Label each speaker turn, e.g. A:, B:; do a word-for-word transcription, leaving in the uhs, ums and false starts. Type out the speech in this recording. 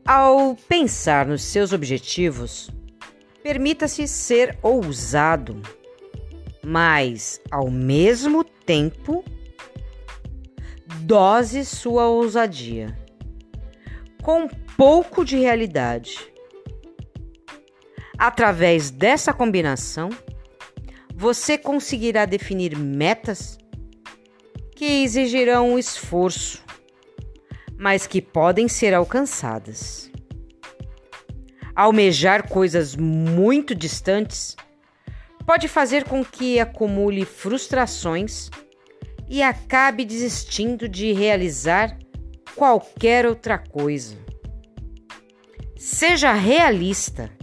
A: Ao pensar nos seus objetivos, permita-se ser ousado, mas, ao mesmo tempo, dose sua ousadia, com um pouco de realidade. Através dessa combinação, você conseguirá definir metas que exigirão esforço, mas que podem ser alcançadas. Almejar coisas muito distantes pode fazer com que acumule frustrações e acabe desistindo de realizar qualquer outra coisa. Seja realista